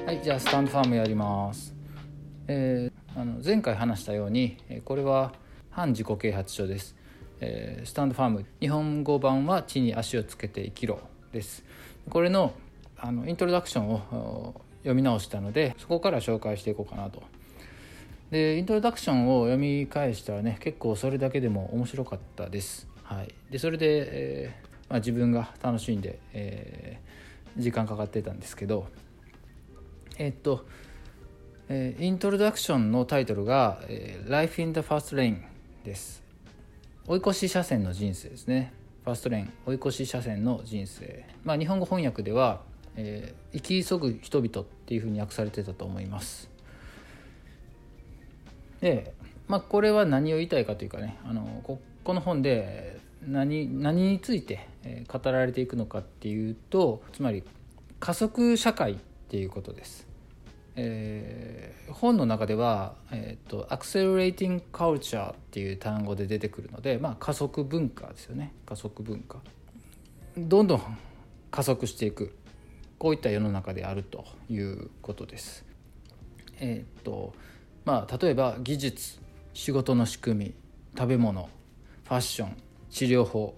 はい、じゃあスタンドファームやります。前回話したようにこれは反自己啓発書です。スタンドファーム日本語版は地に足をつけて生きろです。これのイントロダクションを読み直したので、そこから紹介していこうかなと。でイントロダクションを読み返したらね、結構それだけでも面白かったです。はい、でそれで、自分が楽しんで、時間かかってたんですけど、イントロダクションのタイトルが、Life in the Fast Lane です。追い越し車線の人生ですね。ファストレーン、追い越し車線の人生。日本語翻訳では、生き急ぐ人々っていうふうに訳されてたと思います。で、これは何を言いたいかというかね、この本で何について語られていくのかっていうと、つまり加速社会っていうことです。本の中では、Accelerating Culture っていう単語で出てくるので、加速文化ですよね。加速文化、どんどん加速していく、こういった世の中であるということです。例えば技術、仕事の仕組み、食べ物、ファッション、治療法、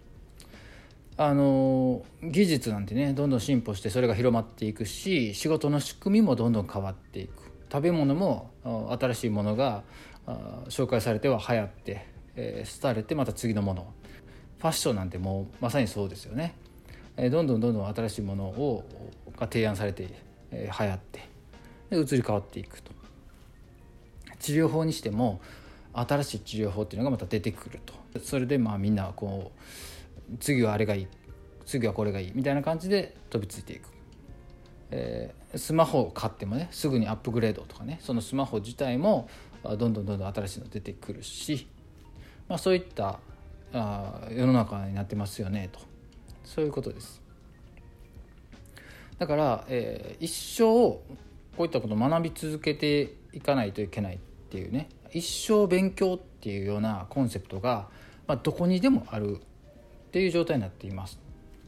技術なんてね、どんどん進歩してそれが広まっていくし、仕事の仕組みもどんどん変わっていく。食べ物も新しいものが紹介されては流行って、廃れてまた次のもの。ファッションなんてもうまさにそうですよね。どんどん新しいものが提案されて、流行ってで移り変わっていくと。治療法にしても新しい治療法っていうのがまた出てくると。それでみんなこう、次はあれがいい、次はこれがいいみたいな感じで飛びついていく。スマホを買ってもね、すぐにアップグレードとかね、そのスマホ自体もどんどん新しいの出てくるし、そういった世の中になってますよねと。そういうことです。だから、一生こういったことを学び続けていかないといけないっていうね、一生勉強っていうようなコンセプトが、どこにでもあるっていう状態になっています。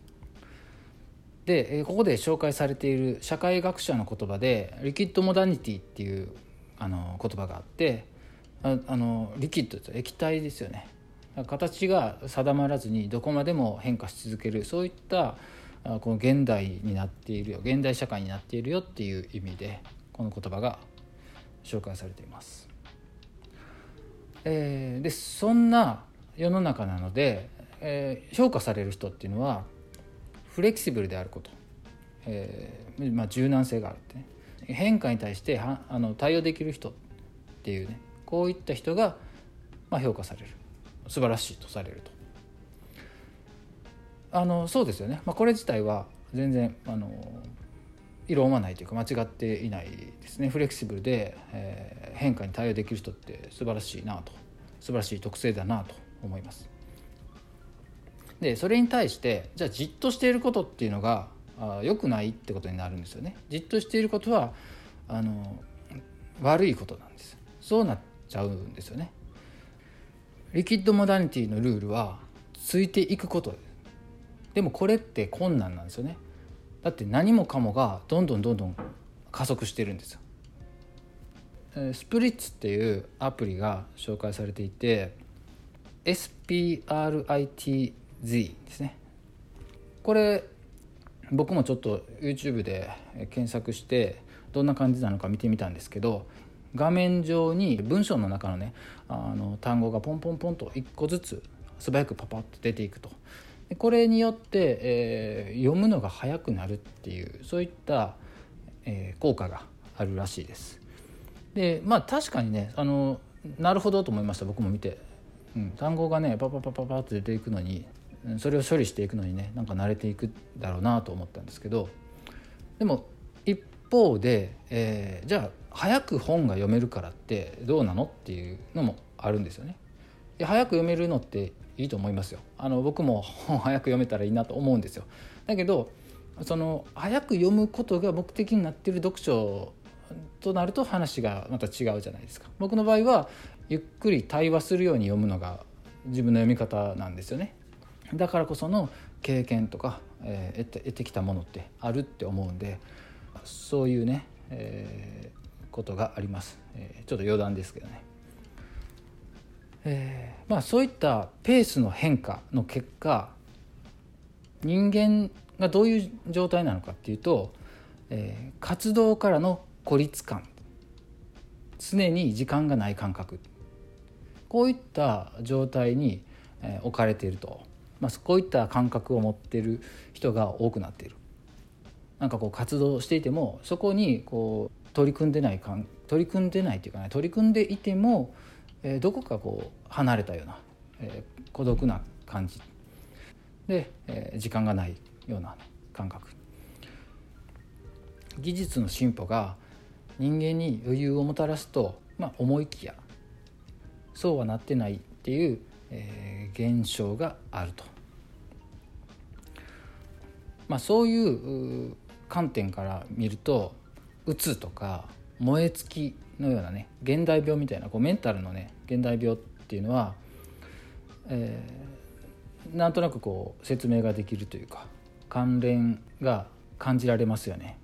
でここで紹介されている社会学者の言葉でリキッドモダニティっていう言葉があって、リキッドって液体ですよね。形が定まらずにどこまでも変化し続ける、そういったこの現代になっているよ、現代社会になっているよっていう意味でこの言葉が紹介されています。でそんな世の中なので、評価される人っていうのはフレキシブルであること、柔軟性があるってね、変化に対して対応できる人っていうね、こういった人が評価される、素晴らしいとされると。そうですよね。これ自体は全然異論はないというか間違っていないですね。フレキシブルで、変化に対応できる人って素晴らしいなと、素晴らしい特性だなと思います。でそれに対してじゃあじっとしていることっていうのが良くないってことになるんですよね。じっとしていることは悪いことなんです。そうなっちゃうんですよね。リキッドモダニティのルールはついていくことです。でもこれって困難なんですよね。だって何もかもがどんどん加速してるんですよ。スプリッツっていうアプリが紹介されていて、 SPRITZ ですね。これ僕もちょっと YouTube で検索してどんな感じなのか見てみたんですけど、画面上に文章の中のね単語がポンポンポンと1個ずつ素早くパパッと出ていくと。これによって、読むのが早くなるっていう、そういった、効果があるらしいです。で確かにね、なるほどと思いました。僕も見て、単語がねパパッと出ていくのに、それを処理していくのにね、なんか慣れていくだろうなと思ったんですけど、でも一方で、じゃあ早く本が読めるからってどうなのっていうのもあるんですよね。早く読めるのっていいと思いますよ。僕も本早く読めたらいいなと思うんですよ。だけどその早く読むことが目的になっている読書となると話がまた違うじゃないですか。僕の場合はゆっくり対話するように読むのが自分の読み方なんですよね。だからこその経験とか、得てきたものってあるって思うんで、そういうね、 ことがあります。ちょっと余談ですけどね。そういったペースの変化の結果、人間がどういう状態なのかっていうと、活動からの孤立感、常に時間がない感覚、こういった状態に置かれていると、こういった感覚を持っている人が多くなっている。なんかこう活動していてもそこにこう取り組んでないというかね、取り組んでいても、どこかこう離れたような、孤独な感じで、時間がないような感覚。技術の進歩が人間に余裕をもたらすと、思いきやそうはなってないっていう、現象があると。そういう観点から見ると、うつとか燃え尽きのようなね、現代病みたいなメンタルのね現代病っていうのは、なんとなく説明ができるというか、関連が感じられますよね。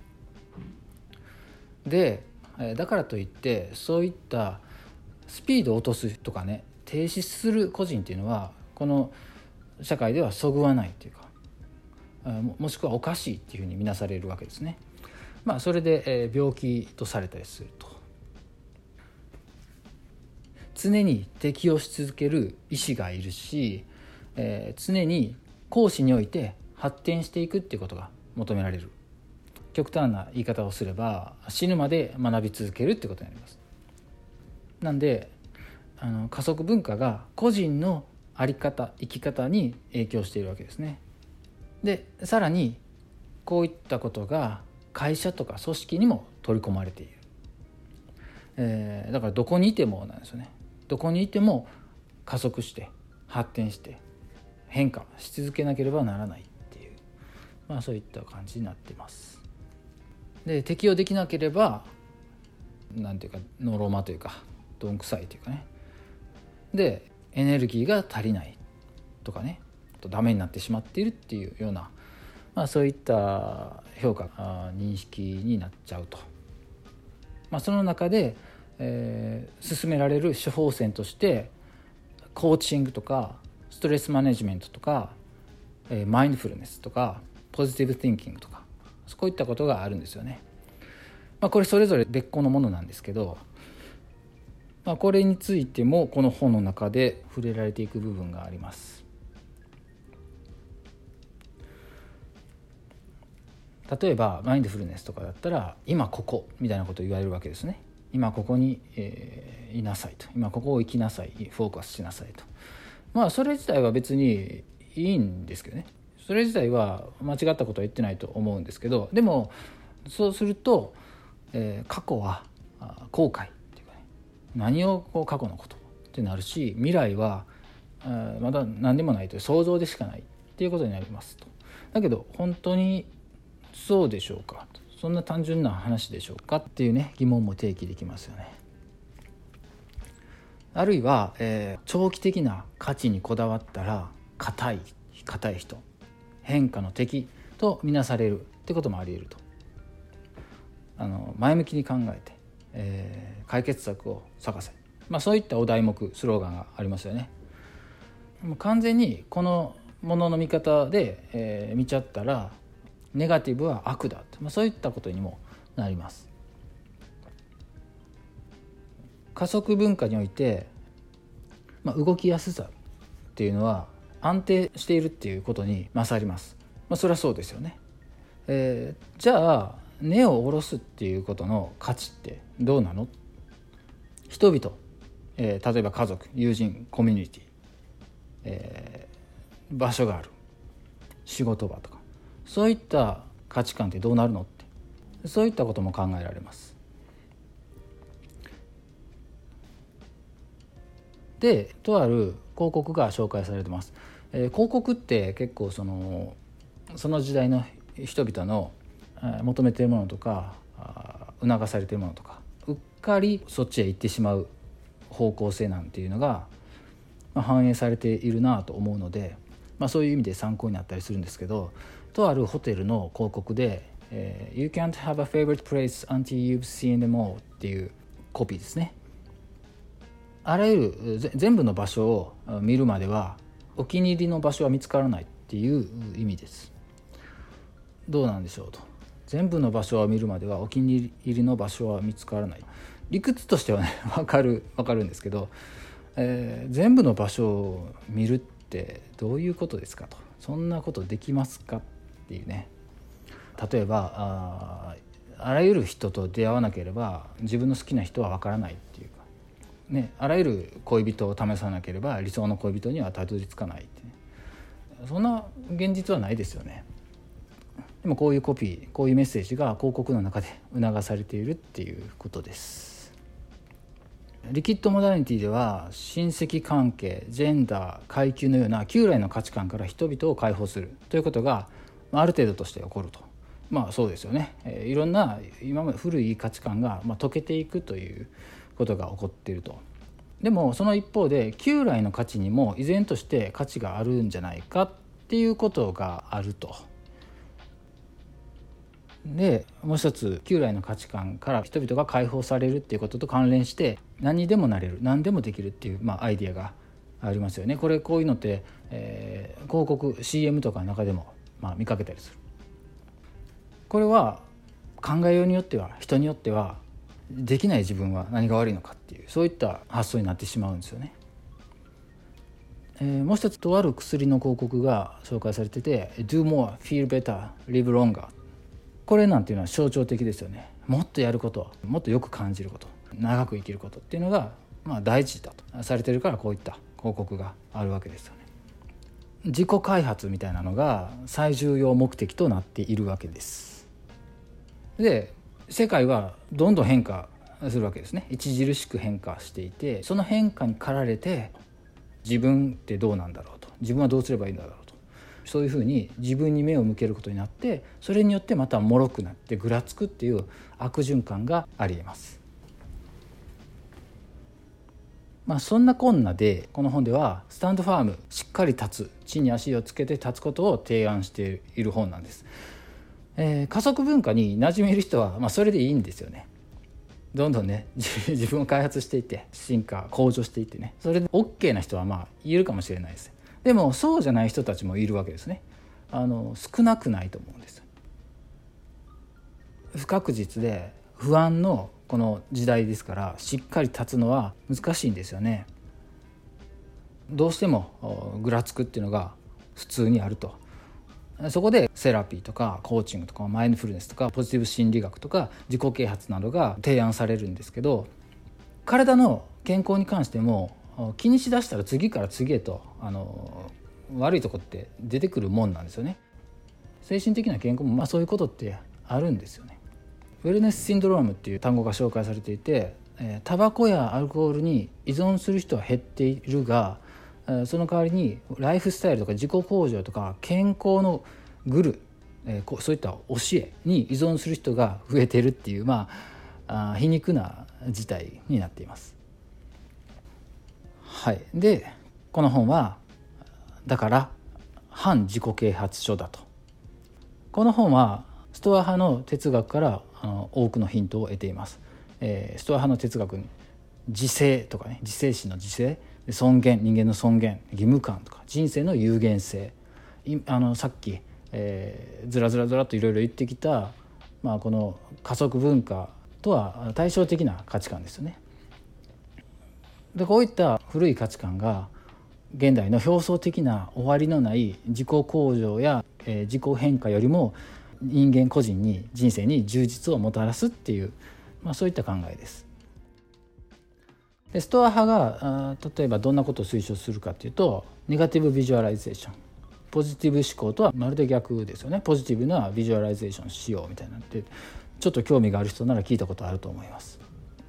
でだからといってそういったスピードを落とすとかね、停止する個人っていうのはこの社会ではそぐわないというか、もしくはおかしいっていうふうに見なされるわけですね。それで病気とされたりすると。常に適応し続ける医師がいるし、常に講師において発展していくっていうことが求められる。極端な言い方をすれば死ぬまで学び続けるってことになります。なんで加速文化が個人の在り方、生き方に影響しているわけですね。でさらにこういったことが会社とか組織にも取り込まれている。だからどこにいてもなんですよね。どこにいても加速して発展して変化し続けなければならないっていう、そういった感じになっています。で適応できなければなんていうかのろまというかどんくさいというかね、でエネルギーが足りないとかね、ダメになってしまっているっていうような、そういった評価認識になっちゃうと。その中で、進められる処方箋としてコーチングとかストレスマネジメントとか、マインドフルネスとかポジティブ・ティンキングとか、そういったことがあるんですよね。これそれぞれ別個のものなんですけど、これについてもこの本の中で触れられていく部分があります。例えばマインドフルネスとかだったら今ここみたいなことを言われるわけですね。今ここに、いなさいと、今ここを生きなさい、フォーカスしなさいと。それ自体は別にいいんですけどね。それ自体は間違ったことは言ってないと思うんですけど、でもそうすると、過去は後悔っていうかね、何を過去のことってなるし、未来はまだ何でもないという想像でしかないっていうことになりますと。だけど本当にそうでしょうか、そんな単純な話でしょうかっていうね疑問も提起できますよね。あるいは、長期的な価値にこだわったら固い人、変化の敵とみなされるってこともあり得ると。前向きに考えて、解決策を探せ、そういったお題目スローガンがありますよね。もう完全にこのものの見方で、見ちゃったらネガティブは悪だと、そういったことにもなります。加速文化において、動きやすさっていうのは安定しているっていうことに勝ります。それはそうですよね。じゃあ根を下ろすっていうことの価値ってどうなの？人々、例えば家族、友人、コミュニティ、場所がある、仕事場とか、そういった価値観ってどうなるのって、そういったことも考えられます。で、とある広告が紹介されてます。広告って結構その時代の人々の求めているものとか促されているものとか、うっかりそっちへ行ってしまう方向性なんていうのが反映されているなと思うので、そういう意味で参考になったりするんですけど、とあるホテルの広告で、 You can't have a favorite place until you've seen them all っていうコピーですね。あらゆる全部の場所を見るまではお気に入りの場所は見つからないっていう意味です。どうなんでしょうと。全部の場所を見るまではお気に入りの場所は見つからない。理屈としてはね分かるんですけど、全部の場所を見るってどういうことですかと。そんなことできますかっていうね。例えばあらゆる人と出会わなければ自分の好きな人は分からないっていうか、ね、あらゆる恋人を試さなければ理想の恋人にはたどり着かないって、ね、そんな現実はないですよね。でもこういうコピー、こういうメッセージが広告の中で促されているっていうことです。リキッドモダニティでは親戚関係、ジェンダー、階級のような旧来の価値観から人々を解放するということがある程度として起こると。そうですよね。いろんな今まで古い価値観が溶けていくということが起こっていると。でもその一方で旧来の価値にも依然として価値があるんじゃないかっていうことがあると。でもう一つ、旧来の価値観から人々が解放されるっていうことと関連して何にでもなれる、何でもできるっていう、アイディアがありますよね。こういうのって、広告 CM とかの中でも、見かけたりする。これは考えようによっては、人によってはできない自分は何が悪いのかっていう、そういった発想になってしまうんですよね。もう一つ、とある薬の広告が紹介されてて Do more, feel better, live longer。 これなんていうのは象徴的ですよね。もっとやること、もっとよく感じること、長く生きることっていうのが大事だとされてるから、こういった広告があるわけですよね。自己開発みたいなのが最重要目的となっているわけです。で世界はどんどん変化するわけですね。著しく変化していて、その変化に駆られて自分ってどうなんだろうと、自分はどうすればいいんだろうと、そういうふうに自分に目を向けることになって、それによってまた脆くなってぐらつくっていう悪循環がありえます。そんなこんなでこの本ではスタンドファーム、しっかり立つ、地に足をつけて立つことを提案している本なんです。加速文化に馴染める人は、それでいいんですよね。どんどんね自分を開発していって進化向上していってね、それで OK な人はいるかもしれないです。でもそうじゃない人たちもいるわけですね。少なくないと思うんです。不確実で不安のこの時代ですから、しっかり立つのは難しいんですよね。どうしてもぐらつくっていうのが普通にあると。そこでセラピーとかコーチングとかマインドフルネスとかポジティブ心理学とか自己啓発などが提案されるんですけど、体の健康に関しても気にしだしたら次から次へと悪いとこって出てくるもんなんですよね。精神的な健康もそういうことってあるんですよね。ウェルネスシンドロームっていう単語が紹介されていて、タバコやアルコールに依存する人は減っているが、その代わりにライフスタイルとか自己向上とか健康のグル、そういった教えに依存する人が増えているっていう、皮肉な事態になっています。はい。でこの本はだから反自己啓発書だと。この本はストア派の哲学から多くのヒントを得ています。ストア派の哲学に自制とかね、自制心の自制、尊厳、人間の尊厳、義務感とか人生の有限性、さっき、ずらっといろいろ言ってきた、この加速文化とは対照的な価値観ですよね。でこういった古い価値観が現代の表層的な終わりのない自己向上や、自己変化よりも人間個人に人生に充実をもたらすっていう、そういった考えです。でストア派が例えばどんなことを推奨するかというと、ネガティブビジュアライゼーション、ポジティブ思考とはまるで逆ですよね。ポジティブなビジュアライゼーションしようみたいなって、ちょっと興味がある人なら聞いたことあると思います。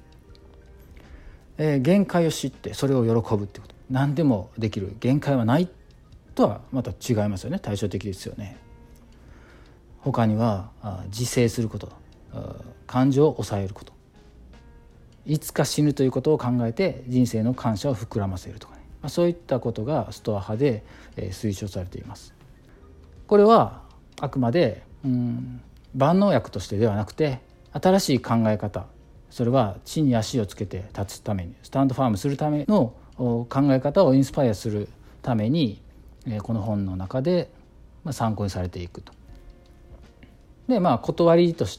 限界を知ってそれを喜ぶってこと、何でもできる、限界はないとはまた違いますよね。対照的ですよね。他には自制すること、感情を抑えること、いつか死ぬということを考えて人生の感謝を膨らませるとかね、そういったことがストア派で推奨されています。これはあくまで万能薬としてではなくて、新しい考え方、それは地に足をつけて立つために、スタンドファームするための考え方をインスパイアするために、この本の中で参考にされていくと。で断りとして、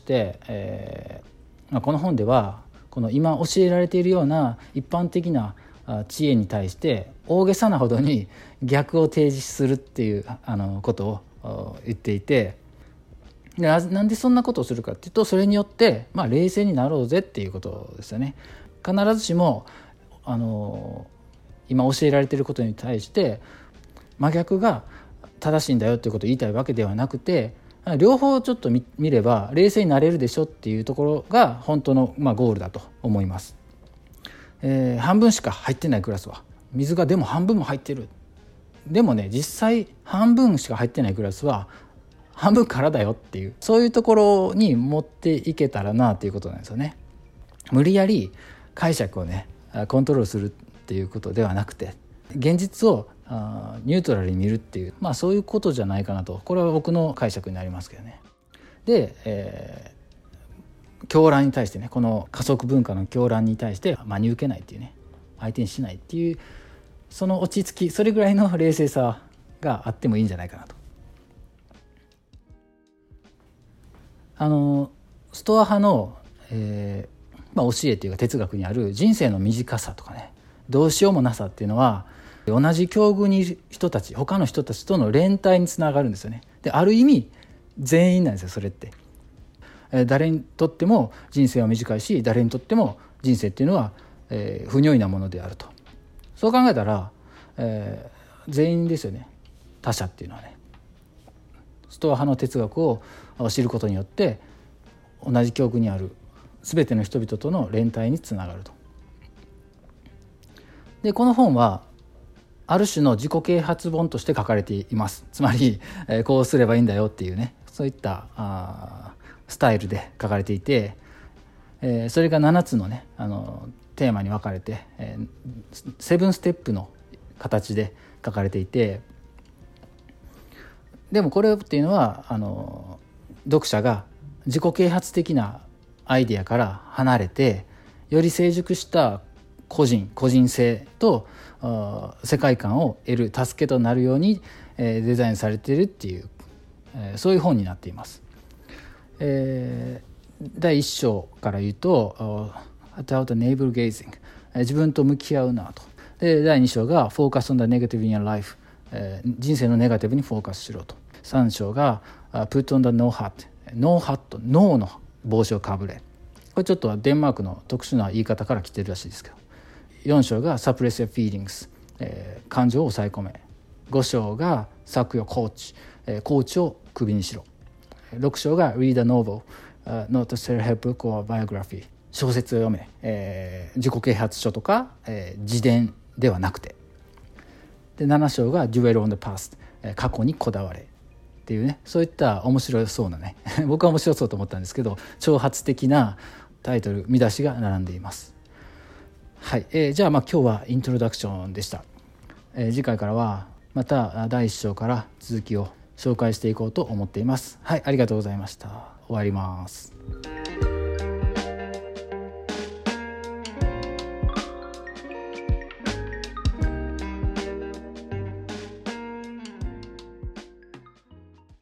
この本ではこの今教えられているような一般的な知恵に対して大げさなほどに逆を提示するっていうことを言っていて、でなんでそんなことをするかっていうと、それによって冷静になろうぜっていうことですよね。必ずしも今教えられていることに対して真逆が正しいんだよっていうことを言いたいわけではなくて、両方ちょっと見れば冷静になれるでしょっていうところが本当のゴールだと思います。半分しか入ってないグラスは水がでも半分も入ってる。でもね、実際半分しか入ってないグラスは半分からだよっていう、そういうところに持っていけたらなっていうことなんですよね。無理やり解釈をねコントロールするっていうことではなくて、現実をニュートラルに見るっていう、そういうことじゃないかなと。これは僕の解釈になりますけどね。で、狂乱に対してね、この加速文化の狂乱に対して真に受けないっていうね、相手にしないっていう、その落ち着き、それぐらいの冷静さがあってもいいんじゃないかなと。ストア派の、教えというか哲学にある人生の短さとかね、どうしようもなさっていうのは、同じ境遇にいる人たち、他の人たちとの連帯につながるんですよね。で、ある意味全員なんですよ、それって。誰にとっても人生は短いし、誰にとっても人生っていうのは、不如意なものであると。そう考えたら、全員ですよね、他者っていうのはね。ストア派の哲学を知ることによって同じ境遇にある全ての人々との連帯につながると。でこの本はある種の自己啓発本として書かれています。つまり、こうすればいいんだよっていうね、そういったスタイルで書かれていて、それが7つのねテーマに分かれて、7ステップの形で書かれていて、でもこれっていうのは読者が自己啓発的なアイデアから離れて、より成熟した個人性と世界観を得る助けとなるようにデザインされているっていう、そういう本になっています。第1章から言うと About navel gazing、 自分と向き合うなと。で第2章が Focus on the negative in your life、人生のネガティブにフォーカスしろと。3章が Put on the no hat、 ノーハット、ノーの帽子をかぶれ。これちょっとデンマークの特殊な言い方から来てるらしいですけど。4章が Suppress your feelings、感情を抑え込め。5章が Sack your coach、コーチをクビにしろ。6章が Read a novel、not a self-help book or biography、 小説を読め、自己啓発書とか、自伝ではなくて。で7章が Dwell on the past、過去にこだわれっていうね、そういった面白そうなね僕は面白そうと思ったんですけど、挑発的なタイトル、見出しが並んでいます。はい、じゃあ今日はイントロダクションでした。次回からはまた第1章から続きを紹介していこうと思っています。はい、ありがとうございました。終わります。